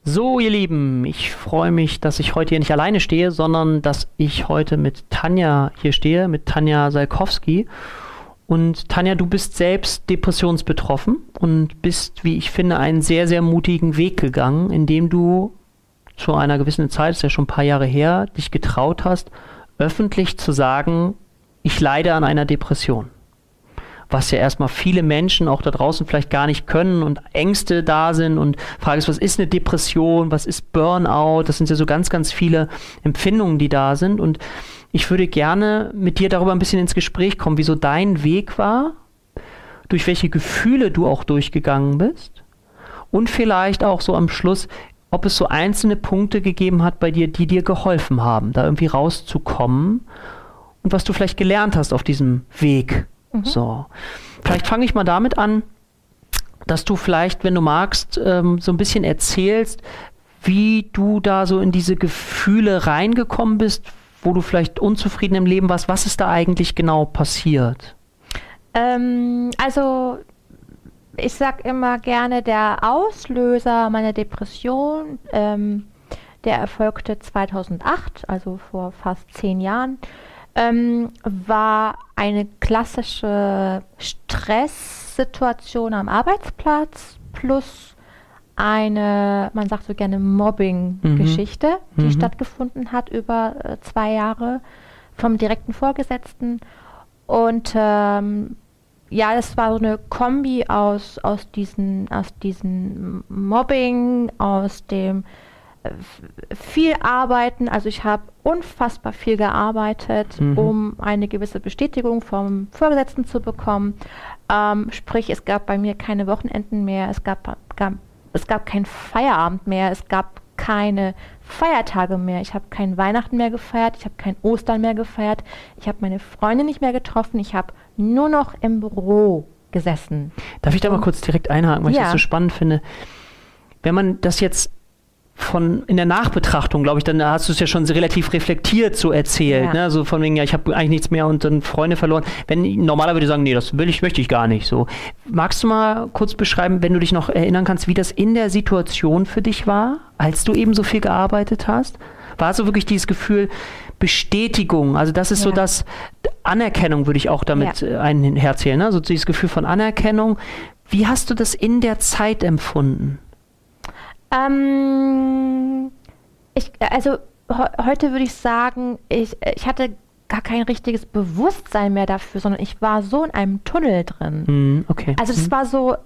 So, ihr Lieben, ich freue mich, dass ich heute hier nicht alleine stehe, sondern dass ich heute mit Tanja hier stehe, mit Tanja Salkowski. Und Tanja, du bist selbst depressionsbetroffen und bist, wie ich finde, einen sehr, sehr mutigen Weg gegangen, indem du zu einer gewissen Zeit, das ist ja schon ein paar Jahre her, dich getraut hast, öffentlich zu sagen, ich leide an einer Depression. Was ja erstmal viele Menschen auch da draußen vielleicht gar nicht können und Ängste da sind und Frage ist, was ist eine Depression, was ist Burnout, das sind ja so ganz, ganz viele Empfindungen, die da sind und ich würde gerne mit dir darüber ein bisschen ins Gespräch kommen, wieso dein Weg war, durch welche Gefühle du auch durchgegangen bist und vielleicht auch so am Schluss, ob es so einzelne Punkte gegeben hat bei dir, die dir geholfen haben, da irgendwie rauszukommen und was du vielleicht gelernt hast auf diesem Weg. So, vielleicht fange ich mal damit an, dass du vielleicht, wenn du magst, so ein bisschen erzählst, wie du da so in diese Gefühle reingekommen bist, wo du vielleicht unzufrieden im Leben warst. Was ist da eigentlich genau passiert? Also ich sage immer gerne, der Auslöser meiner Depression, der erfolgte 2008, also vor fast 10 Jahren. War eine klassische Stresssituation am Arbeitsplatz plus eine, man sagt so gerne Mobbing-Geschichte, die stattgefunden hat über 2 Jahre vom direkten Vorgesetzten. Und ja, es war so eine Kombi aus diesem Mobbing, aus dem viel arbeiten, also ich habe unfassbar viel gearbeitet, um eine gewisse Bestätigung vom Vorgesetzten zu bekommen. Sprich, es gab bei mir keine Wochenenden mehr, es gab keinen Feierabend mehr, es gab keine Feiertage mehr, ich habe kein Weihnachten mehr gefeiert, ich habe kein Ostern mehr gefeiert, ich habe meine Freunde nicht mehr getroffen, ich habe nur noch im Büro gesessen. Darf ich da mal kurz direkt einhaken, weil ich das so spannend finde? Wenn man das jetzt in der Nachbetrachtung, glaube ich, dann hast du es ja schon relativ reflektiert so erzählt, ne? So von wegen, ja, ich habe eigentlich nichts mehr und dann Freunde verloren. Normalerweise würde ich sagen, nee, das möchte ich gar nicht so. Magst du mal kurz beschreiben, wenn du dich noch erinnern kannst, wie das in der Situation für dich war, als du eben so viel gearbeitet hast? War so wirklich dieses Gefühl Bestätigung, also das ist so das Anerkennung, würde ich auch damit einherzählen, ne? So dieses Gefühl von Anerkennung. Wie hast du das in der Zeit empfunden? Heute würde ich sagen, ich hatte gar kein richtiges Bewusstsein mehr dafür, sondern ich war so in einem Tunnel drin. Okay. Also das war so,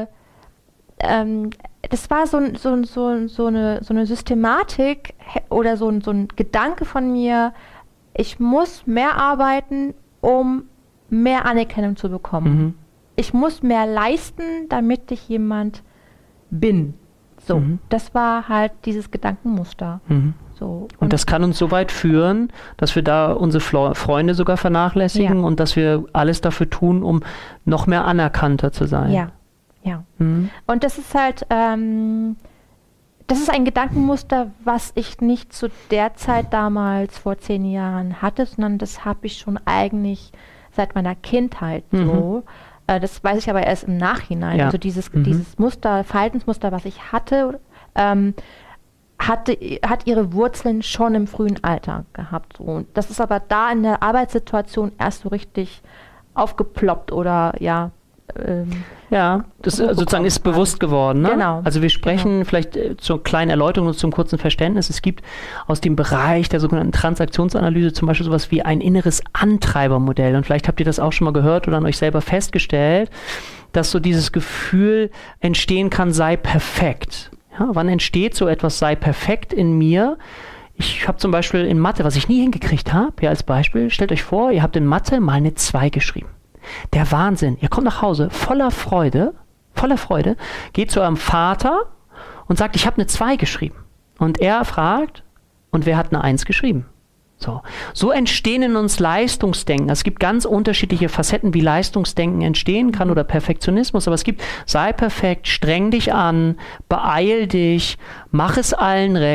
so eine Systematik oder so ein Gedanke von mir, ich muss mehr arbeiten, um mehr Anerkennung zu bekommen. Ich muss mehr leisten, damit ich jemand bin. So, das war halt dieses Gedankenmuster. So, und das kann uns so weit führen, dass wir da unsere Freunde sogar vernachlässigen und dass wir alles dafür tun, um noch mehr anerkannter zu sein. Ja. Und das ist halt, das ist ein Gedankenmuster, was ich nicht zu der Zeit damals vor 10 Jahren hatte, sondern das habe ich schon eigentlich seit meiner Kindheit so. Das weiß ich aber erst im Nachhinein. Also dieses Muster, Verhaltensmuster, was ich hatte, hat ihre Wurzeln schon im frühen Alter gehabt. So. Und das ist aber da in der Arbeitssituation erst so richtig aufgeploppt oder das sozusagen ist bewusst geworden. Ne? Genau. Also wir sprechen vielleicht zur kleinen Erläuterung und zum kurzen Verständnis. Es gibt aus dem Bereich der sogenannten Transaktionsanalyse zum Beispiel sowas wie ein inneres Antreibermodell. Und vielleicht habt ihr das auch schon mal gehört oder an euch selber festgestellt, dass so dieses Gefühl entstehen kann, sei perfekt. Ja, wann entsteht so etwas, sei perfekt in mir? Ich habe zum Beispiel in Mathe, was ich nie hingekriegt habe, als Beispiel, stellt euch vor, ihr habt in Mathe mal eine 2 geschrieben. Der Wahnsinn. Ihr kommt nach Hause voller Freude, geht zu eurem Vater und sagt, ich habe eine 2 geschrieben. Und er fragt, und wer hat eine 1 geschrieben? So entstehen in uns Leistungsdenken. Es gibt ganz unterschiedliche Facetten, wie Leistungsdenken entstehen kann oder Perfektionismus, aber es gibt, sei perfekt, streng dich an, beeil dich, mach es allen recht,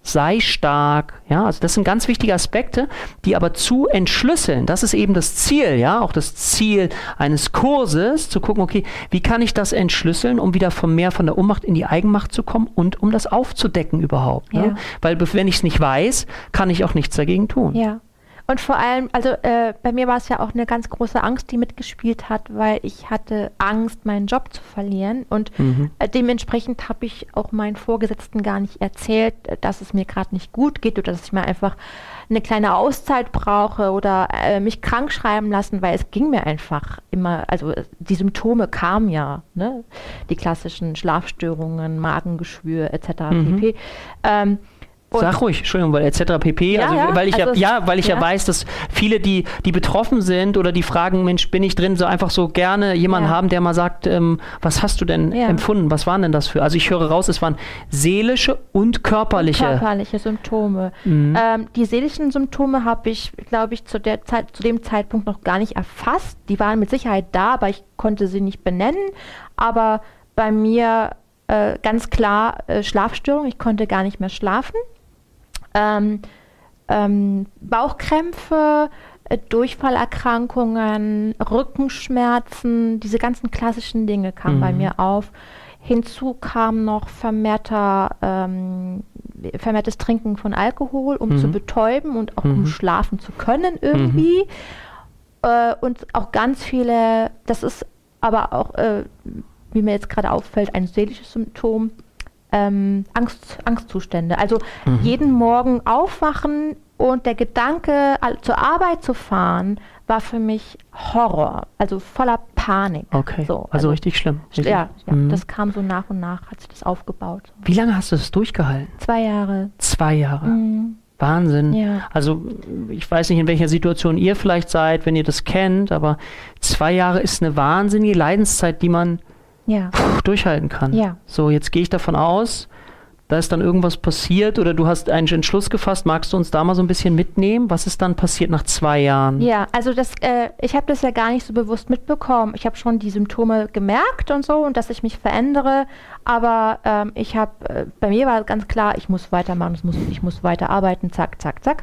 sei stark, ja, also das sind ganz wichtige Aspekte, die aber zu entschlüsseln, das ist eben das Ziel, ja, auch das Ziel eines Kurses, zu gucken, okay, wie kann ich das entschlüsseln, um wieder mehr von der Ohnmacht in die Eigenmacht zu kommen und um das aufzudecken überhaupt, ne? Weil wenn ich es nicht weiß, kann ich auch nichts dagegen tun. Ja. Und vor allem, also bei mir war es ja auch eine ganz große Angst, die mitgespielt hat, weil ich hatte Angst, meinen Job zu verlieren. Und dementsprechend habe ich auch meinen Vorgesetzten gar nicht erzählt, dass es mir gerade nicht gut geht oder dass ich mal einfach eine kleine Auszeit brauche oder mich krank schreiben lassen, weil es ging mir einfach immer, also die Symptome kamen ja, ne? Die klassischen Schlafstörungen, Magengeschwür etc. pp. Sag ruhig, Entschuldigung, weil etc. pp. Ja, also, ja, weil ich also ja weiß, dass viele, die betroffen sind oder die fragen, Mensch, bin ich drin, so einfach so gerne jemanden haben, der mal sagt, was hast du denn empfunden? Was waren denn das für? Also ich höre raus, es waren seelische und körperliche Symptome. Die seelischen Symptome habe ich, glaube ich, zu dem Zeitpunkt noch gar nicht erfasst. Die waren mit Sicherheit da, aber ich konnte sie nicht benennen. Aber bei mir ganz klar Schlafstörung. Ich konnte gar nicht mehr schlafen. Bauchkrämpfe, Durchfallerkrankungen, Rückenschmerzen, diese ganzen klassischen Dinge kamen bei mir auf. Hinzu kam noch vermehrtes Trinken von Alkohol, um zu betäuben und auch um schlafen zu können irgendwie. Und auch ganz viele, das ist aber auch, wie mir jetzt gerade auffällt, ein seelisches Symptom, Angstzustände. Also jeden Morgen aufwachen und der Gedanke, zur Arbeit zu fahren, war für mich Horror, also voller Panik. Okay, so, also richtig schlimm. Richtig. Ja, das kam so nach und nach, hat sich das aufgebaut. Wie lange hast du das durchgehalten? 2 Jahre. 2 Jahre. Wahnsinn. Ja. Also ich weiß nicht, in welcher Situation ihr vielleicht seid, wenn ihr das kennt, aber 2 Jahre ist eine wahnsinnige Leidenszeit, die man durchhalten kann. Ja. So, jetzt gehe ich davon aus, da ist dann irgendwas passiert oder du hast einen Entschluss gefasst. Magst du uns da mal so ein bisschen mitnehmen? Was ist dann passiert nach 2 Jahren? Ja, also ich habe das ja gar nicht so bewusst mitbekommen. Ich habe schon die Symptome gemerkt und so und dass ich mich verändere, aber bei mir war ganz klar, ich muss weitermachen, ich muss weiter arbeiten, zack, zack, zack.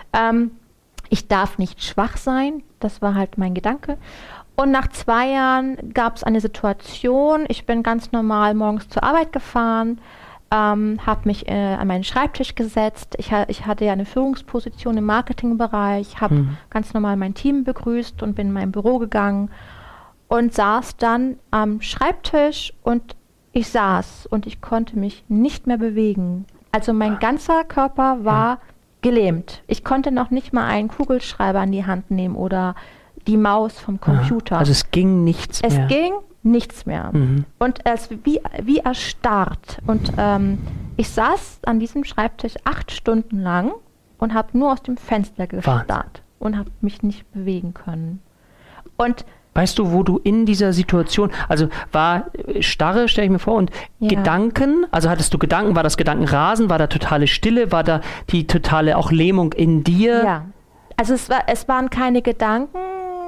Ich darf nicht schwach sein, das war halt mein Gedanke. Und nach 2 Jahren gab es eine Situation, ich bin ganz normal morgens zur Arbeit gefahren, habe mich an meinen Schreibtisch gesetzt. Ich hatte ja eine Führungsposition im Marketingbereich, habe ganz normal mein Team begrüßt und bin in mein Büro gegangen und saß dann am Schreibtisch und ich saß und ich konnte mich nicht mehr bewegen. Also mein ganzer Körper war gelähmt. Ich konnte noch nicht mal einen Kugelschreiber in die Hand nehmen oder die Maus vom Computer. Also es ging nichts mehr. Es ging nichts mehr. Und es wie erstarrt. Und ich saß an diesem Schreibtisch 8 Stunden lang und habe nur aus dem Fenster gestarrt und habe mich nicht bewegen können. Und weißt du, wo du in dieser Situation, also war Starre, stelle ich mir vor, und Gedanken, also hattest du Gedanken, war das Gedankenrasen, war da totale Stille, war da die totale auch Lähmung in dir? Ja, also es waren keine Gedankengänge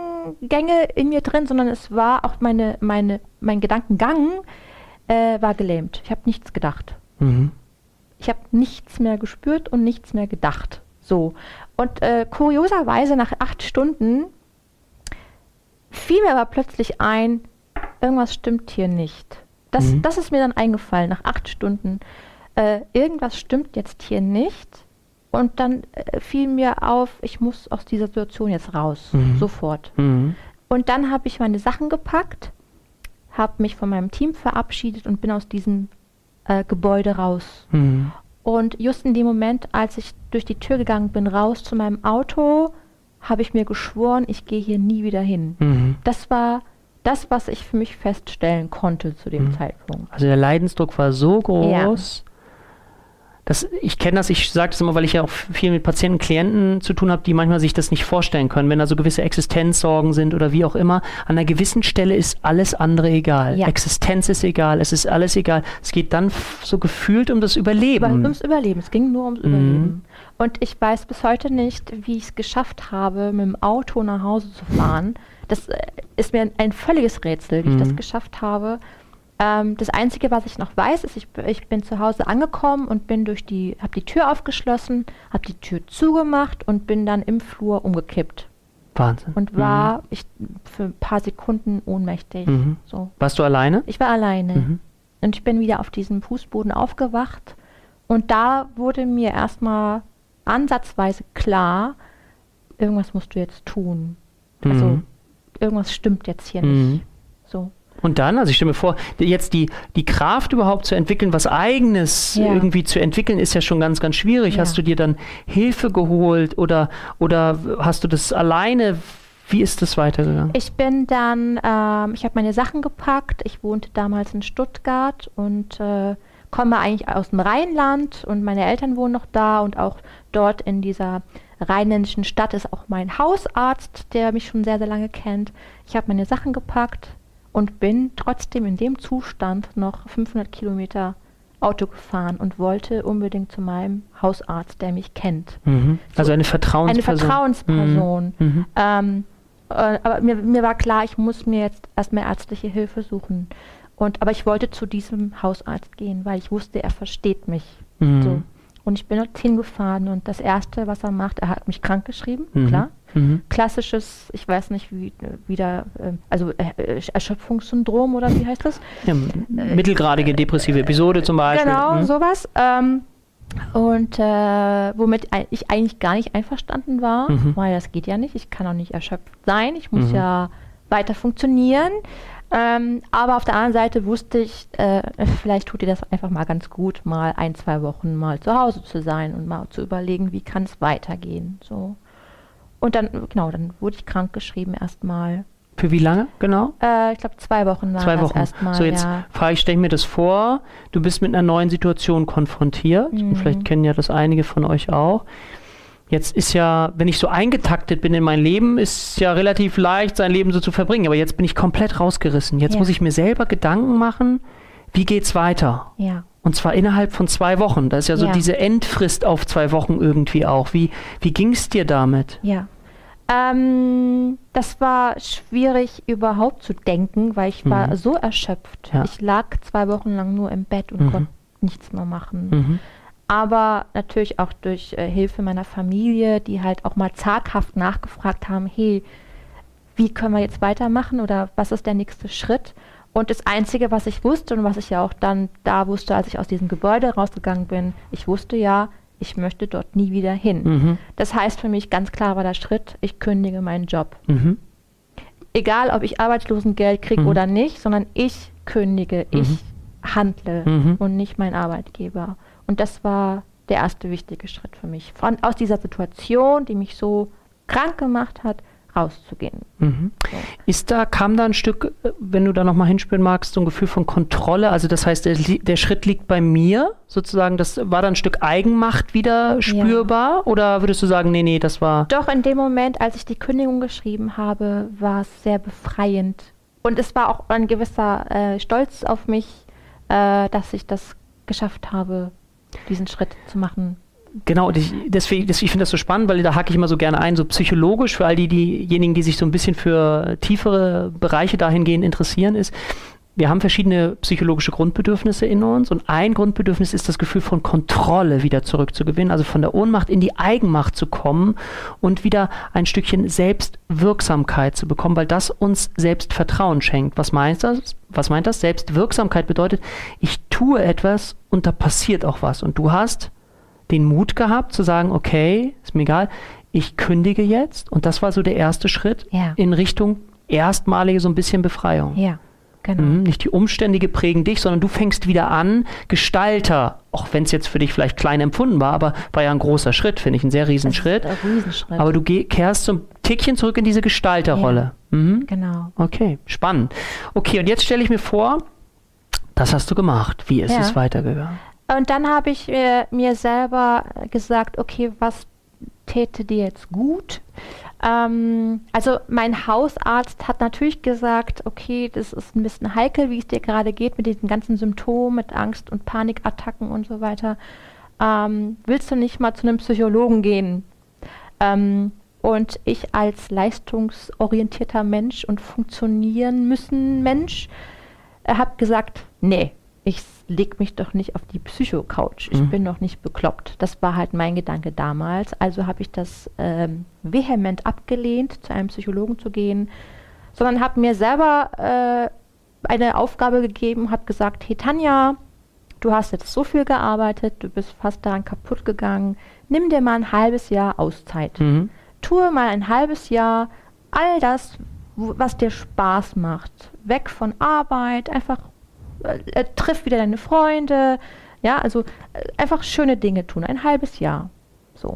in mir drin, sondern es war auch mein Gedankengang war gelähmt. Ich habe nichts gedacht. Ich habe nichts mehr gespürt und nichts mehr gedacht. So. Und kurioserweise nach 8 Stunden fiel mir aber plötzlich ein, irgendwas stimmt hier nicht. Das ist mir dann eingefallen nach 8 Stunden. Irgendwas stimmt jetzt hier nicht. Und dann fiel mir auf, ich muss aus dieser Situation jetzt raus, sofort. Und dann habe ich meine Sachen gepackt, habe mich von meinem Team verabschiedet und bin aus diesem Gebäude raus. Und just in dem Moment, als ich durch die Tür gegangen bin, raus zu meinem Auto, habe ich mir geschworen, ich gehe hier nie wieder hin. Das war das, was ich für mich feststellen konnte zu dem Zeitpunkt. Also der Leidensdruck war so groß. Ich kenne das, ich sage das immer, weil ich ja auch viel mit Patienten, Klienten zu tun habe, die manchmal sich das nicht vorstellen können, wenn da so gewisse Existenzsorgen sind oder wie auch immer. An einer gewissen Stelle ist alles andere egal. Ja. Existenz ist egal, es ist alles egal. Es geht dann so gefühlt um das Überleben. Ums Überleben, es ging nur ums Überleben. Und ich weiß bis heute nicht, wie ich es geschafft habe, mit dem Auto nach Hause zu fahren. Das ist mir ein völliges Rätsel, wie ich das geschafft habe. Das Einzige, was ich noch weiß, ist, ich bin zu Hause angekommen und habe die Tür aufgeschlossen, habe die Tür zugemacht und bin dann im Flur umgekippt. Wahnsinn. Und war für ein paar Sekunden ohnmächtig. So. Warst du alleine? Ich war alleine. Und ich bin wieder auf diesem Fußboden aufgewacht. Und da wurde mir erstmal ansatzweise klar, irgendwas musst du jetzt tun. Also irgendwas stimmt jetzt hier nicht. So. Und dann, also ich stelle mir vor, jetzt die Kraft überhaupt zu entwickeln, was Eigenes irgendwie zu entwickeln, ist ja schon ganz, ganz schwierig. Ja. Hast du dir dann Hilfe geholt oder hast du das alleine? Wie ist das weitergegangen? Ich bin dann, ich habe meine Sachen gepackt. Ich wohnte damals in Stuttgart und komme eigentlich aus dem Rheinland und meine Eltern wohnen noch da und auch dort in dieser rheinländischen Stadt ist auch mein Hausarzt, der mich schon sehr, sehr lange kennt. Ich habe meine Sachen gepackt und bin trotzdem in dem Zustand noch 500 Kilometer Auto gefahren und wollte unbedingt zu meinem Hausarzt, der mich kennt. Also eine Vertrauensperson. Eine Vertrauensperson. Aber mir war klar, ich muss mir jetzt erstmal ärztliche Hilfe suchen. Aber ich wollte zu diesem Hausarzt gehen, weil ich wusste, er versteht mich. So. Und ich bin dort hingefahren und das Erste, was er macht, er hat mich krank geschrieben, klar. Klassisches, ich weiß nicht, Erschöpfungssyndrom oder wie heißt das? Ja, mittelgradige depressive Episode zum Beispiel. Genau, sowas. Womit ich eigentlich gar nicht einverstanden war, weil das geht ja nicht, ich kann auch nicht erschöpft sein, ich muss ja weiter funktionieren. Aber auf der anderen Seite wusste ich, vielleicht tut dir das einfach mal ganz gut, mal 1-2 Wochen mal zu Hause zu sein und mal zu überlegen, wie kann es weitergehen. So. Und dann wurde ich krank geschrieben erstmal. Für wie lange genau? Ich glaube 2 Wochen waren 2 Wochen. Das erstmal. So, jetzt stelle ich mir das vor, du bist mit einer neuen Situation konfrontiert. Und vielleicht kennen ja das einige von euch auch. Jetzt ist ja, wenn ich so eingetaktet bin in mein Leben, ist ja relativ leicht, sein Leben so zu verbringen. Aber jetzt bin ich komplett rausgerissen. Jetzt muss ich mir selber Gedanken machen, wie geht's weiter? Ja. Und zwar innerhalb von 2 Wochen. Da ist ja so diese Endfrist auf 2 Wochen irgendwie auch. Wie ging es dir damit? Ja. Das war schwierig überhaupt zu denken, weil ich war so erschöpft. Ja. Ich lag 2 Wochen lang nur im Bett und konnte nichts mehr machen. Aber natürlich auch durch Hilfe meiner Familie, die halt auch mal zaghaft nachgefragt haben, hey, wie können wir jetzt weitermachen oder was ist der nächste Schritt? Und das Einzige, was ich wusste und was ich ja auch dann da wusste, als ich aus diesem Gebäude rausgegangen bin, ich wusste ja, ich möchte dort nie wieder hin. Das heißt für mich ganz klar war der Schritt, ich kündige meinen Job. Egal, ob ich Arbeitslosengeld kriege oder nicht, sondern ich kündige, ich handle und nicht mein Arbeitgeber. Und das war der erste wichtige Schritt für mich. Aus dieser Situation, die mich so krank gemacht hat, rauszugehen. So. Kam da ein Stück, wenn du da nochmal hinspüren magst, so ein Gefühl von Kontrolle? Also das heißt, der Schritt liegt bei mir sozusagen, das war da ein Stück Eigenmacht wieder spürbar? Ja. Oder würdest du sagen, nee, das war... Doch, in dem Moment, als ich die Kündigung geschrieben habe, war es sehr befreiend. Und es war auch ein gewisser Stolz auf mich, dass ich das geschafft habe, diesen Schritt zu machen. Genau, ich finde das so spannend, weil da hake ich immer so gerne ein, so psychologisch für all diejenigen, die sich so ein bisschen für tiefere Bereiche dahingehend interessieren, ist, wir haben verschiedene psychologische Grundbedürfnisse in uns und ein Grundbedürfnis ist das Gefühl von Kontrolle wieder zurückzugewinnen, also von der Ohnmacht in die Eigenmacht zu kommen und wieder ein Stückchen Selbstwirksamkeit zu bekommen, weil das uns Selbstvertrauen schenkt. Was meint das? Selbstwirksamkeit bedeutet, ich tue etwas und da passiert auch was und du hast den Mut gehabt zu sagen, okay, ist mir egal, ich kündige jetzt und das war so der erste Schritt in Richtung erstmalige so ein bisschen Befreiung. Ja, genau. Nicht die Umstände prägen dich, sondern du fängst wieder an, Gestalter, auch wenn es jetzt für dich vielleicht klein empfunden war, aber war ja ein großer Schritt, finde ich, ein sehr Riesenschritt. Das ist ein Riesenschritt. Aber du kehrst so ein Tickchen zurück in diese Gestalterrolle. Ja, genau. Okay, spannend. Okay, und jetzt stelle ich mir vor, das hast du gemacht. Wie ist es weitergegangen? Und dann habe ich mir selber gesagt, okay, was täte dir jetzt gut? Also mein Hausarzt hat natürlich gesagt, okay, das ist ein bisschen heikel, wie es dir gerade geht mit diesen ganzen Symptomen, mit Angst- und Panikattacken und so weiter. Willst du nicht mal zu einem Psychologen gehen? Und ich als leistungsorientierter Mensch und funktionieren müssen Mensch habe gesagt, nee, ich leg mich doch nicht auf die Psycho-Couch. Ich bin doch nicht bekloppt. Das war halt mein Gedanke damals. Also habe ich das vehement abgelehnt, zu einem Psychologen zu gehen, sondern habe mir selber eine Aufgabe gegeben, habe gesagt, hey Tanja, du hast jetzt so viel gearbeitet, du bist fast daran kaputt gegangen, nimm dir mal ein halbes Jahr Auszeit. Tue mal ein halbes Jahr all das, was dir Spaß macht. Weg von Arbeit, einfach triff wieder deine Freunde, ja, also einfach schöne Dinge tun, ein halbes Jahr. So.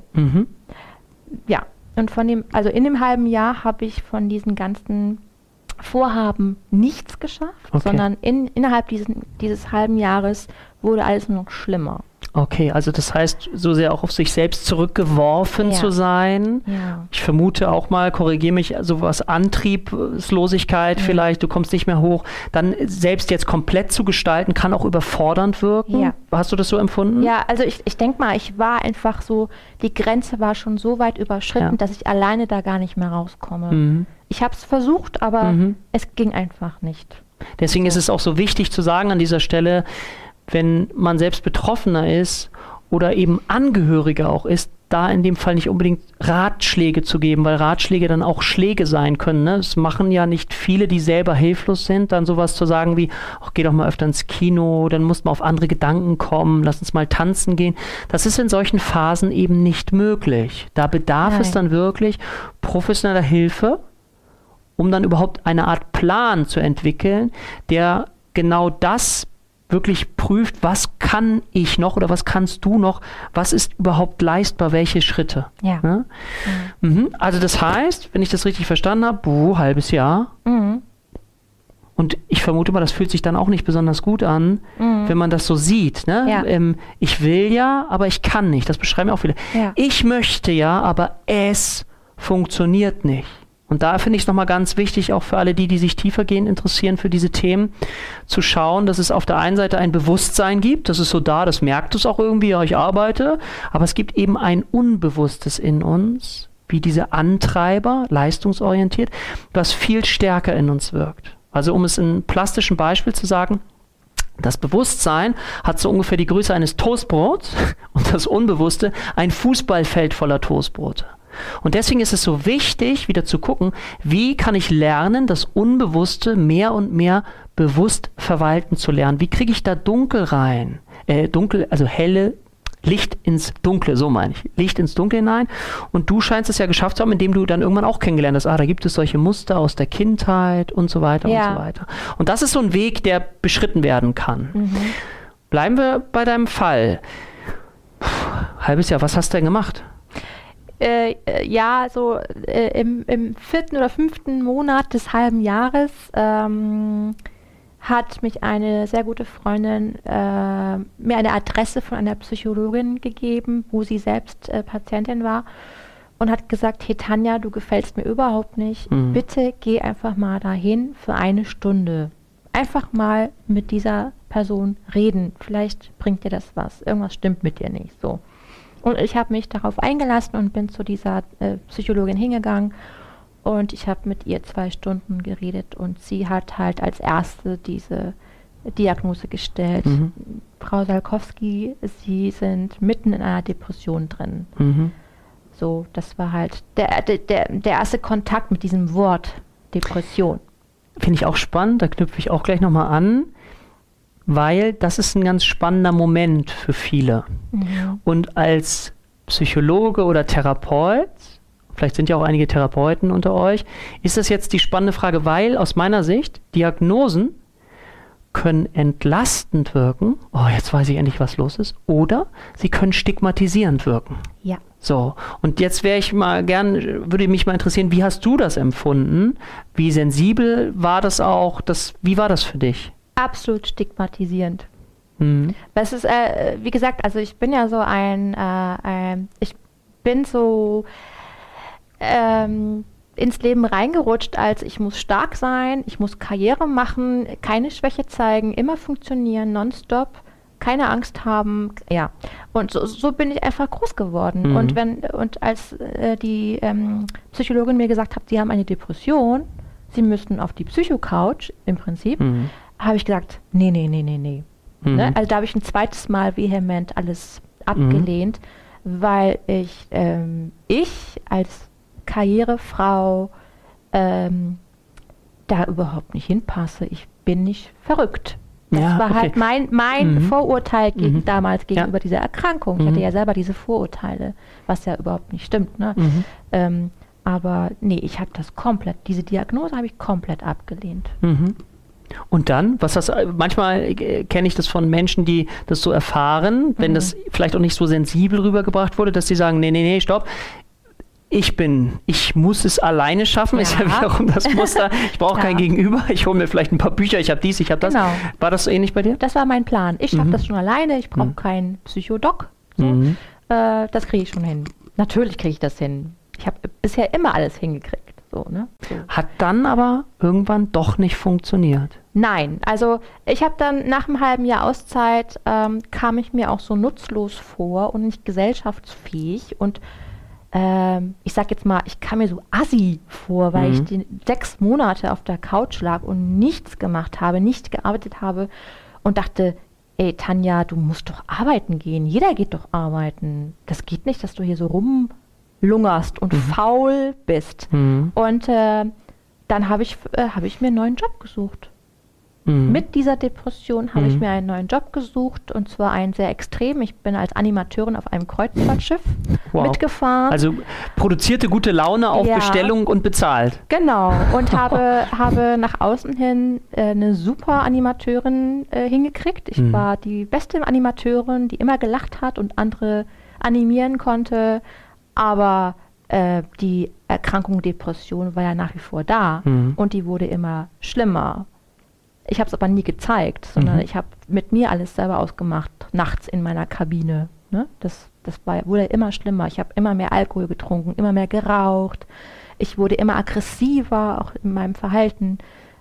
Ja, und also in dem halben Jahr habe ich von diesen ganzen Vorhaben nichts geschafft, sondern innerhalb dieses halben Jahres wurde alles nur noch schlimmer. Okay, also das heißt, so sehr auch auf sich selbst zurückgeworfen zu sein. Ja. Ich vermute auch mal, korrigiere mich, sowas Antriebslosigkeit vielleicht, du kommst nicht mehr hoch. Dann selbst jetzt komplett zu gestalten, kann auch überfordernd wirken. Ja. Hast du das so empfunden? Ja, also ich denke mal, ich war einfach so, die Grenze war schon so weit überschritten, dass ich alleine da gar nicht mehr rauskomme. Ich habe es versucht, aber es ging einfach nicht. Deswegen ist es auch so wichtig zu sagen an dieser Stelle, wenn man selbst Betroffener ist oder eben Angehöriger auch ist, da in dem Fall nicht unbedingt Ratschläge zu geben, weil Ratschläge dann auch Schläge sein können. Ne? Es machen ja nicht viele, die selber hilflos sind, dann sowas zu sagen wie, ach, geh doch mal öfter ins Kino, dann musst du mal auf andere Gedanken kommen, lass uns mal tanzen gehen. Das ist in solchen Phasen eben nicht möglich. Da bedarf es dann wirklich professioneller Hilfe, um dann überhaupt eine Art Plan zu entwickeln, der genau das wirklich prüft, was kann ich noch oder was kannst du noch, was ist überhaupt leistbar, welche Schritte. Ja. Ne? Also das heißt, wenn ich das richtig verstanden habe, halbes Jahr. Und ich vermute mal, das fühlt sich dann auch nicht besonders gut an, wenn man das so sieht. Ne? Ja. Ich will ja, aber ich kann nicht. Das beschreiben auch viele. Ja. Ich möchte ja, aber es funktioniert nicht. Und da finde ich es nochmal ganz wichtig, auch für alle die sich tiefergehend interessieren für diese Themen, zu schauen, dass es auf der einen Seite ein Bewusstsein gibt, das ist so da, das merkt es auch irgendwie, ja, ich arbeite, aber es gibt eben ein Unbewusstes in uns, wie diese Antreiber, leistungsorientiert, was viel stärker in uns wirkt. Also um es in einem plastischen Beispiel zu sagen, das Bewusstsein hat so ungefähr die Größe eines Toastbrots und das Unbewusste ein Fußballfeld voller Toastbrote. Und deswegen ist es so wichtig, wieder zu gucken, wie kann ich lernen, das Unbewusste mehr und mehr bewusst verwalten zu lernen. Wie kriege ich da Dunkel rein? Also helle Licht ins Dunkle, so meine ich. Licht ins Dunkle hinein. Und du scheinst es ja geschafft zu haben, indem du dann irgendwann auch kennengelernt hast, da gibt es solche Muster aus der Kindheit und so weiter und so weiter. Und das ist so ein Weg, der beschritten werden kann. Bleiben wir bei deinem Fall. Halbes Jahr, was hast du denn gemacht? Ja, so im 4. oder 5. Monat des halben Jahres hat mich eine sehr gute Freundin mir eine Adresse von einer Psychologin gegeben, wo sie selbst Patientin war und hat gesagt, hey Tanja, du gefällst mir überhaupt nicht, bitte geh einfach mal dahin für eine Stunde. Einfach mal mit dieser Person reden, vielleicht bringt dir das was, irgendwas stimmt mit dir nicht, so. Und ich habe mich darauf eingelassen und bin zu dieser Psychologin hingegangen und ich habe mit ihr 2 Stunden geredet und sie hat halt als erste diese Diagnose gestellt. Frau Salkowski, Sie sind mitten in einer Depression drin. So, das war halt der erste Kontakt mit diesem Wort Depression. Finde ich auch spannend, da knüpfe ich auch gleich nochmal an. Weil das ist ein ganz spannender Moment für viele. Und als Psychologe oder Therapeut, vielleicht sind ja auch einige Therapeuten unter euch, ist das jetzt die spannende Frage, weil aus meiner Sicht Diagnosen können entlastend wirken, oh, jetzt weiß ich endlich, was los ist, oder sie können stigmatisierend wirken. Ja. So, und jetzt würde mich mal interessieren, wie hast du das empfunden? Wie sensibel war das auch? Wie war das für dich? Absolut stigmatisierend. Das ist, wie gesagt, also ich bin ja so ich bin so ins Leben reingerutscht, als ich muss stark sein, ich muss Karriere machen, keine Schwäche zeigen, immer funktionieren, nonstop, keine Angst haben, ja. Und so bin ich einfach groß geworden. Und als die Psychologin mir gesagt hat, Sie haben eine Depression, Sie müssten auf die Psycho-Couch im Prinzip, habe ich gesagt, nee. Ne? Also da habe ich ein zweites Mal vehement alles abgelehnt, weil ich als Karrierefrau da überhaupt nicht hinpasse. Ich bin nicht verrückt. Das war halt mein Vorurteil damals gegenüber dieser Erkrankung. Ich hatte ja selber diese Vorurteile, was ja überhaupt nicht stimmt. Ne? Aber nee, ich habe diese Diagnose habe ich komplett abgelehnt. Und dann, manchmal kenne ich das von Menschen, die das so erfahren, wenn das vielleicht auch nicht so sensibel rübergebracht wurde, dass die sagen, nee, stopp. Ich muss es alleine schaffen, ist ja wiederum das Muster. Ich brauche kein Gegenüber, ich hole mir vielleicht ein paar Bücher, ich habe dies, ich habe das. Genau. War das so ähnlich bei dir? Das war mein Plan. Ich schaffe das schon alleine, ich brauche keinen Psychodoc. So. Das kriege ich schon hin. Natürlich kriege ich das hin. Ich habe bisher immer alles hingekriegt. So, ne? So. Hat dann aber irgendwann doch nicht funktioniert? Nein, also ich habe dann nach einem halben Jahr Auszeit, kam ich mir auch so nutzlos vor und nicht gesellschaftsfähig und ich sag jetzt mal, ich kam mir so assi vor, weil ich die 6 Monate auf der Couch lag und nichts gemacht habe, nicht gearbeitet habe und dachte, ey Tanja, du musst doch arbeiten gehen. Jeder geht doch arbeiten. Das geht nicht, dass du hier so rumlungerst und faul bist. Und dann habe ich mir einen neuen Job gesucht. Mit dieser Depression habe ich mir einen neuen Job gesucht und zwar einen sehr extrem. Ich bin als Animateurin auf einem Kreuzfahrtschiff mitgefahren. Also produzierte gute Laune auf Bestellung und bezahlt. Genau. Und habe nach außen hin eine super Animateurin hingekriegt. Ich war die beste Animateurin, die immer gelacht hat und andere animieren konnte. Aber die Erkrankung Depression war ja nach wie vor da und die wurde immer schlimmer. Ich habe es aber nie gezeigt, sondern ich habe mit mir alles selber ausgemacht, nachts in meiner Kabine. Ne? Das wurde immer schlimmer. Ich habe immer mehr Alkohol getrunken, immer mehr geraucht. Ich wurde immer aggressiver, auch in meinem Verhalten.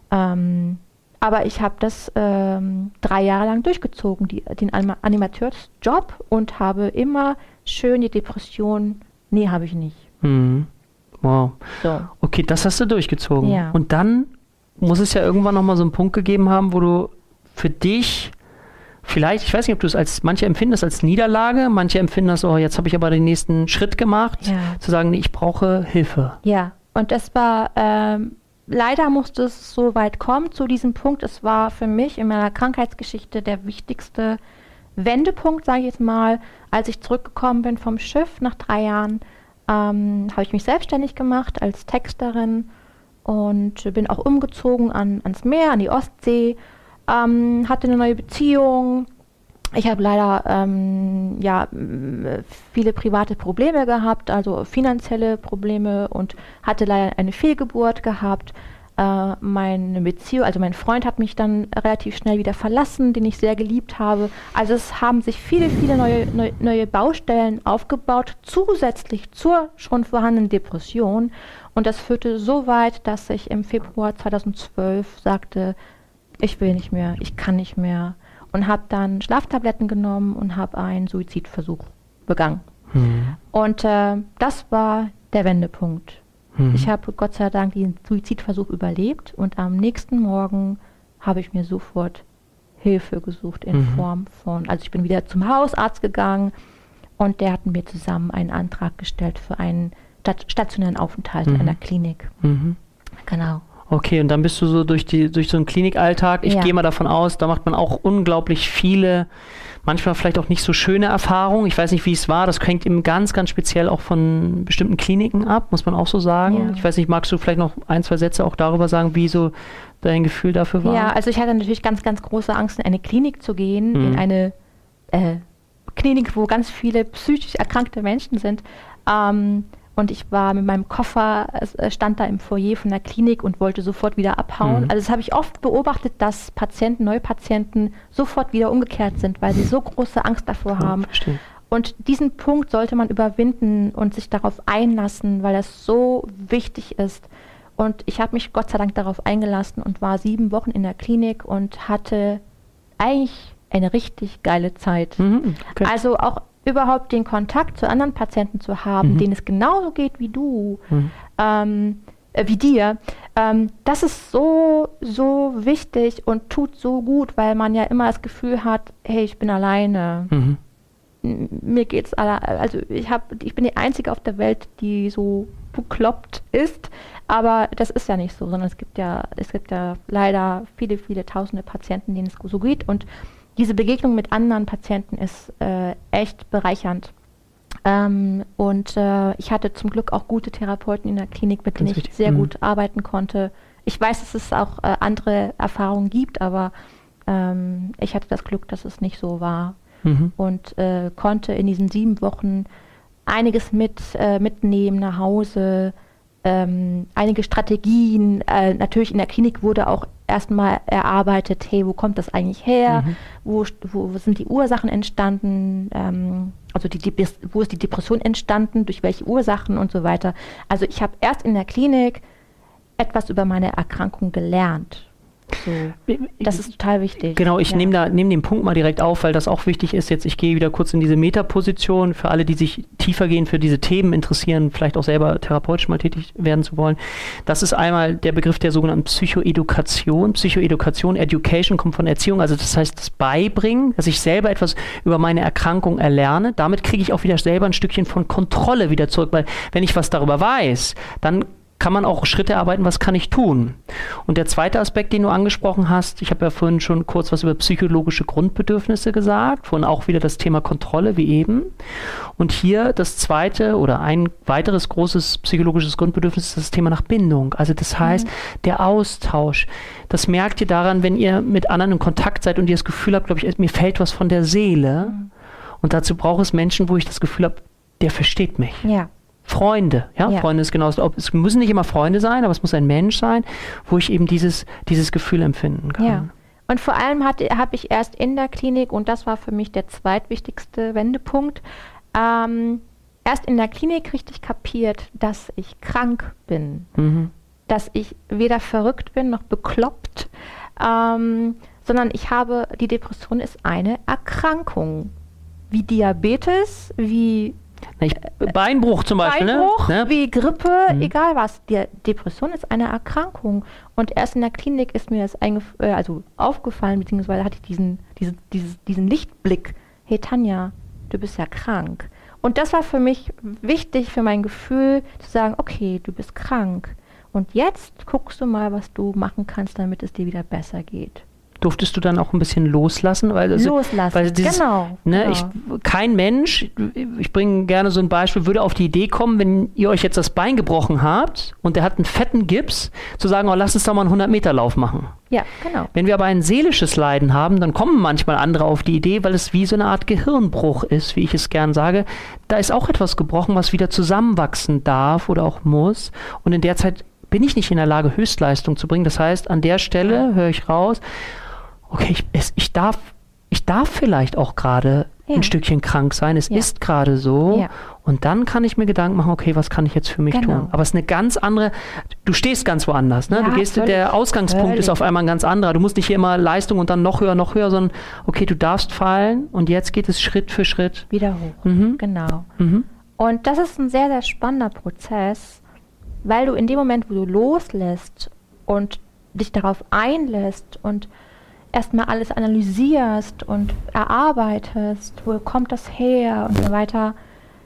Aber ich habe das 3 Jahre lang durchgezogen, den Animateursjob, und habe immer schön die Depression, nee, habe ich nicht. Wow. So. Okay, das hast du durchgezogen. Ja. Und dann muss es ja irgendwann nochmal so einen Punkt gegeben haben, wo du für dich vielleicht, ich weiß nicht, ob du es manche empfinden das als Niederlage, manche empfinden das, oh, jetzt habe ich aber den nächsten Schritt gemacht, zu sagen, nee, ich brauche Hilfe. Ja, und das war, leider musste es so weit kommen zu diesem Punkt. Es war für mich in meiner Krankheitsgeschichte der wichtigste Wendepunkt, sage ich jetzt mal, als ich zurückgekommen bin vom Schiff nach 3 Jahren, habe ich mich selbstständig gemacht als Texterin und bin auch umgezogen ans Meer, an die Ostsee, hatte eine neue Beziehung. Ich habe leider viele private Probleme gehabt, also finanzielle Probleme, und hatte leider eine Fehlgeburt gehabt. Meine Beziehung, also mein Freund hat mich dann relativ schnell wieder verlassen, den ich sehr geliebt habe. Also es haben sich viele neue Baustellen aufgebaut, zusätzlich zur schon vorhandenen Depression. Und das führte so weit, dass ich im Februar 2012 sagte, ich will nicht mehr, ich kann nicht mehr. Und habe dann Schlaftabletten genommen und habe einen Suizidversuch begangen. Und das war der Wendepunkt. Ich habe Gott sei Dank den Suizidversuch überlebt und am nächsten Morgen habe ich mir sofort Hilfe gesucht in Form von, also ich bin wieder zum Hausarzt gegangen und der hat mir zusammen einen Antrag gestellt für einen stationären Aufenthalt in einer Klinik. Genau. Okay, und dann bist du so durch so einen Klinikalltag. Ich gehe mal davon aus, da macht man auch unglaublich viele, manchmal vielleicht auch nicht so schöne Erfahrungen. Ich weiß nicht, wie es war. Das hängt eben ganz, ganz speziell auch von bestimmten Kliniken ab, muss man auch so sagen. Ja. Ich weiß nicht, magst du vielleicht noch 1, 2 Sätze auch darüber sagen, wie so dein Gefühl dafür war? Ja, also ich hatte natürlich ganz, ganz große Angst, in eine Klinik zu gehen, in eine Klinik, wo ganz viele psychisch erkrankte Menschen sind. Und ich war mit meinem Koffer, stand da im Foyer von der Klinik und wollte sofort wieder abhauen. Also das habe ich oft beobachtet, dass Neupatienten sofort wieder umgekehrt sind, weil sie so große Angst davor haben. Verstehe. Und diesen Punkt sollte man überwinden und sich darauf einlassen, weil das so wichtig ist. Und ich habe mich Gott sei Dank darauf eingelassen und war 7 Wochen in der Klinik und hatte eigentlich eine richtig geile Zeit. Okay. Also auch überhaupt den Kontakt zu anderen Patienten zu haben, denen es genauso geht wie du, wie dir. Das ist so, so wichtig und tut so gut, weil man ja immer das Gefühl hat, hey, ich bin alleine. Mir geht's also ich bin die Einzige auf der Welt, die so bekloppt ist, aber das ist ja nicht so, sondern es gibt ja leider viele, viele tausende Patienten, denen es so geht, und diese Begegnung mit anderen Patienten ist echt bereichernd. Ich hatte zum Glück auch gute Therapeuten in der Klinik, mit denen ich sehr gut arbeiten konnte. Ich weiß, dass es auch andere Erfahrungen gibt, aber ich hatte das Glück, dass es nicht so war. Und konnte in diesen 7 Wochen einiges mitnehmen nach Hause, einige Strategien. Natürlich in der Klinik wurde auch erstmal erarbeitet, hey, wo kommt das eigentlich her? Wo sind die Ursachen entstanden? Wo ist die Depression entstanden? Durch welche Ursachen und so weiter? Also ich habe erst in der Klinik etwas über meine Erkrankung gelernt. So, das ist total wichtig. Genau, ich nehme den Punkt mal direkt auf, weil das auch wichtig ist. Jetzt, ich gehe wieder kurz in diese Metaposition für alle, die sich tiefergehend für diese Themen interessieren, vielleicht auch selber therapeutisch mal tätig werden zu wollen. Das ist einmal der Begriff der sogenannten Psychoedukation. Psychoedukation, Education kommt von Erziehung, also das heißt das Beibringen, dass ich selber etwas über meine Erkrankung erlerne. Damit kriege ich auch wieder selber ein Stückchen von Kontrolle wieder zurück, weil wenn ich was darüber weiß, dann kann man auch Schritte erarbeiten, was kann ich tun. Und der zweite Aspekt, den du angesprochen hast, ich habe ja vorhin schon kurz was über psychologische Grundbedürfnisse gesagt, vorhin auch wieder das Thema Kontrolle, wie eben. Und hier das zweite oder ein weiteres großes psychologisches Grundbedürfnis ist das Thema nach Bindung. Also das heißt, der Austausch. Das merkt ihr daran, wenn ihr mit anderen in Kontakt seid und ihr das Gefühl habt, glaube ich, mir fällt was von der Seele. Und dazu braucht es Menschen, wo ich das Gefühl habe, der versteht mich. Ja. Freunde, Freunde ist genauso. Es müssen nicht immer Freunde sein, aber es muss ein Mensch sein, wo ich eben dieses Gefühl empfinden kann. Ja. Und vor allem habe ich erst in der Klinik, und das war für mich der zweitwichtigste Wendepunkt, erst in der Klinik richtig kapiert, dass ich krank bin. Dass ich weder verrückt bin noch bekloppt, sondern die Depression ist eine Erkrankung. Wie Diabetes, wie Beinbruch zum Beispiel. Beinbruch, wie Grippe, egal was. Die Depression ist eine Erkrankung. Und erst in der Klinik ist mir das aufgefallen, beziehungsweise hatte ich diesen Lichtblick. Hey Tanja, du bist ja krank. Und das war für mich wichtig, für mein Gefühl, zu sagen, okay, du bist krank. Und jetzt guckst du mal, was du machen kannst, damit es dir wieder besser geht. Durftest du dann auch ein bisschen loslassen? Genau. Kein Mensch, ich bringe gerne so ein Beispiel, würde auf die Idee kommen, wenn ihr euch jetzt das Bein gebrochen habt und der hat einen fetten Gips, zu sagen, lass uns doch mal einen 100-Meter-Lauf machen. Ja, genau. Wenn wir aber ein seelisches Leiden haben, dann kommen manchmal andere auf die Idee, weil es wie so eine Art Gehirnbruch ist, wie ich es gern sage. Da ist auch etwas gebrochen, was wieder zusammenwachsen darf oder auch muss. Und in der Zeit bin ich nicht in der Lage, Höchstleistung zu bringen. Das heißt, an der Stelle höre ich raus, okay, ich darf vielleicht auch gerade ein Stückchen krank sein, es ist gerade so, und dann kann ich mir Gedanken machen, okay, was kann ich jetzt für mich tun? Aber es ist eine ganz andere, du stehst ganz woanders, ne? Der Ausgangspunkt ist auf einmal ein ganz anderer, du musst nicht hier immer Leistung und dann noch höher, sondern okay, du darfst fallen und jetzt geht es Schritt für Schritt wieder hoch, genau. Und das ist ein sehr, sehr spannender Prozess, weil du in dem Moment, wo du loslässt und dich darauf einlässt und erstmal alles analysierst und erarbeitest, wo kommt das her und so weiter.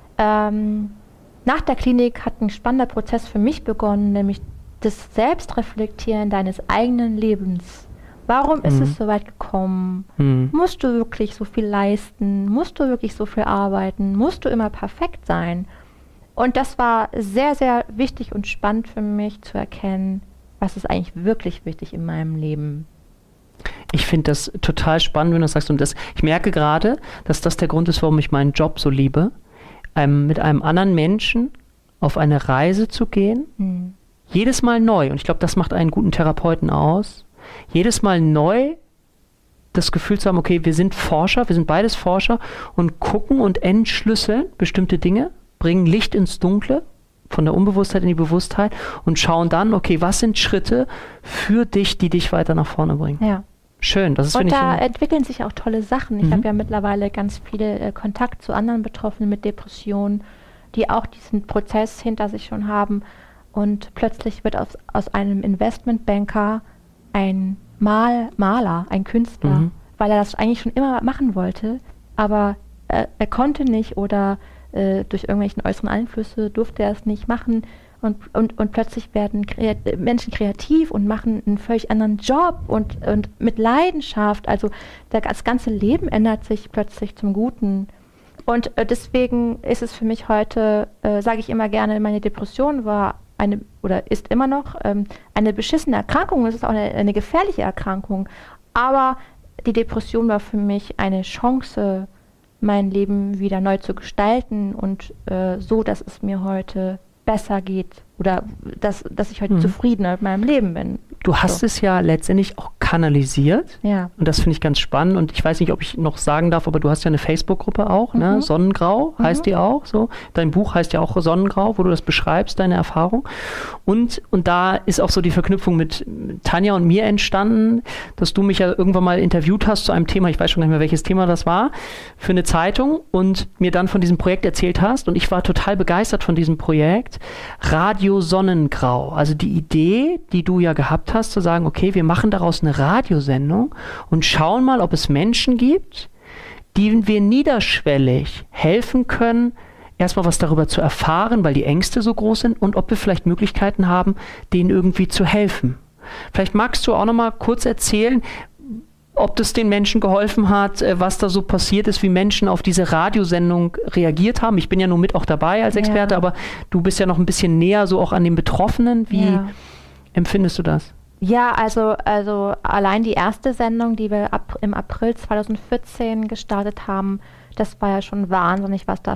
Nach der Klinik hat ein spannender Prozess für mich begonnen, nämlich das Selbstreflektieren deines eigenen Lebens. Warum ist es so weit gekommen? Musst du wirklich so viel leisten? Musst du wirklich so viel arbeiten? Musst du immer perfekt sein? Und das war sehr, sehr wichtig und spannend für mich zu erkennen, was ist eigentlich wirklich wichtig in meinem Leben. Ich finde das total spannend, wenn du das sagst. Und ich merke gerade, dass das der Grund ist, warum ich meinen Job so liebe, mit einem anderen Menschen auf eine Reise zu gehen. Jedes Mal neu. Und ich glaube, das macht einen guten Therapeuten aus. Jedes Mal neu das Gefühl zu haben, okay, wir sind Forscher, wir sind beides Forscher und gucken und entschlüsseln bestimmte Dinge, bringen Licht ins Dunkle, von der Unbewusstheit in die Bewusstheit und schauen dann, okay, was sind Schritte für dich, die dich weiter nach vorne bringen. Ja. Schön, das ist, und da entwickeln sich auch tolle Sachen. Ich habe ja mittlerweile ganz viele Kontakt zu anderen Betroffenen mit Depressionen, die auch diesen Prozess hinter sich schon haben. und plötzlich wird aus einem Investmentbanker ein Maler, ein Künstler, weil er das eigentlich schon immer machen wollte, aber er konnte nicht oder durch irgendwelchen äußeren Einflüsse durfte er es nicht machen. Und plötzlich werden Menschen kreativ und machen einen völlig anderen Job und mit Leidenschaft. Also das ganze Leben ändert sich plötzlich zum Guten. Und deswegen ist es für mich heute, sage ich immer gerne, meine Depression war ist immer noch eine beschissene Erkrankung. Es ist auch eine gefährliche Erkrankung. Aber die Depression war für mich eine Chance, mein Leben wieder neu zu gestalten und so, dass es mir heute besser geht oder dass ich heute zufriedener mit meinem Leben bin. Du hast es ja letztendlich auch kanalisiert. Ja. Und das finde ich ganz spannend. Und ich weiß nicht, ob ich noch sagen darf, aber du hast ja eine Facebook-Gruppe auch, ne? Sonnengrau heißt die auch. So. Dein Buch heißt ja auch Sonnengrau, wo du das beschreibst, deine Erfahrung. Und da ist auch so die Verknüpfung mit Tanja und mir entstanden, dass du mich ja irgendwann mal interviewt hast zu einem Thema, ich weiß schon gar nicht mehr, welches Thema das war, für eine Zeitung und mir dann von diesem Projekt erzählt hast. Und ich war total begeistert von diesem Projekt. Radio Sonnengrau. Also die Idee, die du ja gehabt hast, zu sagen, okay, wir machen daraus eine Radiosendung und schauen mal, ob es Menschen gibt, denen wir niederschwellig helfen können, erstmal was darüber zu erfahren, weil die Ängste so groß sind und ob wir vielleicht Möglichkeiten haben, denen irgendwie zu helfen. Vielleicht magst du auch noch mal kurz erzählen, ob das den Menschen geholfen hat, was da so passiert ist, wie Menschen auf diese Radiosendung reagiert haben. Ich bin ja nur mit auch dabei als Experte, aber du bist ja noch ein bisschen näher so auch an den Betroffenen. Wie empfindest du das? Ja, also allein die erste Sendung, die wir im April 2014 gestartet haben, das war ja schon wahnsinnig, was da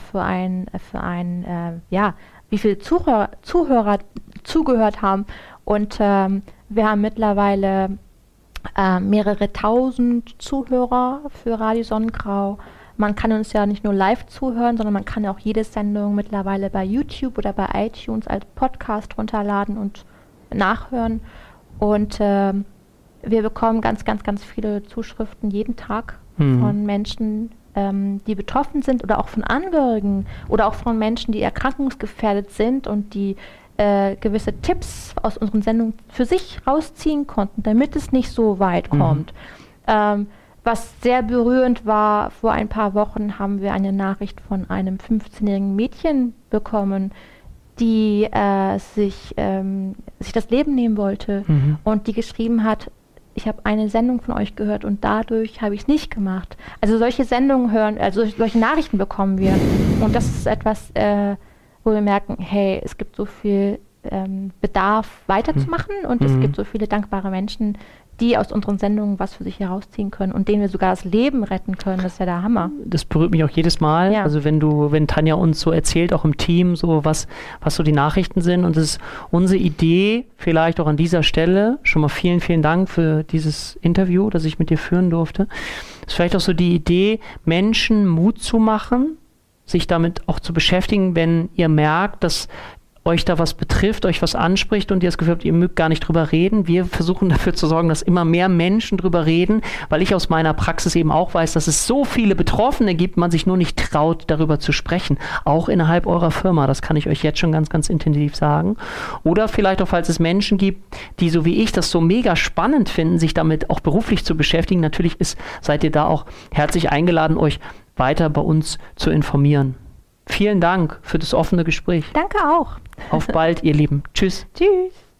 wie viele Zuhörer zugehört haben. Und wir haben mittlerweile mehrere tausend Zuhörer für Radio Sonnengrau. Man kann uns ja nicht nur live zuhören, sondern man kann auch jede Sendung mittlerweile bei YouTube oder bei iTunes als Podcast runterladen und nachhören. Und wir bekommen ganz, ganz, ganz viele Zuschriften jeden Tag von Menschen, die betroffen sind oder auch von Angehörigen oder auch von Menschen, die erkrankungsgefährdet sind und die gewisse Tipps aus unseren Sendungen für sich rausziehen konnten, damit es nicht so weit kommt. Was sehr berührend war, vor ein paar Wochen haben wir eine Nachricht von einem 15-jährigen Mädchen bekommen, die sich das Leben nehmen wollte und die geschrieben hat, ich habe eine Sendung von euch gehört und dadurch habe ich es nicht gemacht. Also solche Sendungen solche Nachrichten bekommen wir. Und das ist etwas, wo wir merken, hey, es gibt so viel Bedarf weiterzumachen und es gibt so viele dankbare Menschen, die aus unseren Sendungen was für sich herausziehen können und denen wir sogar das Leben retten können. Das ist ja der Hammer. Das berührt mich auch jedes Mal. Ja. Also wenn Tanja uns so erzählt, auch im Team, so was so die Nachrichten sind. Und das ist unsere Idee, vielleicht auch an dieser Stelle, schon mal vielen, vielen Dank für dieses Interview, das ich mit dir führen durfte. Das ist vielleicht auch so die Idee, Menschen Mut zu machen, sich damit auch zu beschäftigen, wenn ihr merkt, dass euch da was betrifft, euch was anspricht und ihr das Gefühl habt, ihr mögt gar nicht drüber reden. Wir versuchen dafür zu sorgen, dass immer mehr Menschen drüber reden, weil ich aus meiner Praxis eben auch weiß, dass es so viele Betroffene gibt, man sich nur nicht traut, darüber zu sprechen. Auch innerhalb eurer Firma, das kann ich euch jetzt schon ganz, ganz intensiv sagen. Oder vielleicht auch, falls es Menschen gibt, die so wie ich das so mega spannend finden, sich damit auch beruflich zu beschäftigen. Natürlich seid ihr da auch herzlich eingeladen, euch weiter bei uns zu informieren. Vielen Dank für das offene Gespräch. Danke auch. Auf bald, ihr Lieben. Tschüss. Tschüss.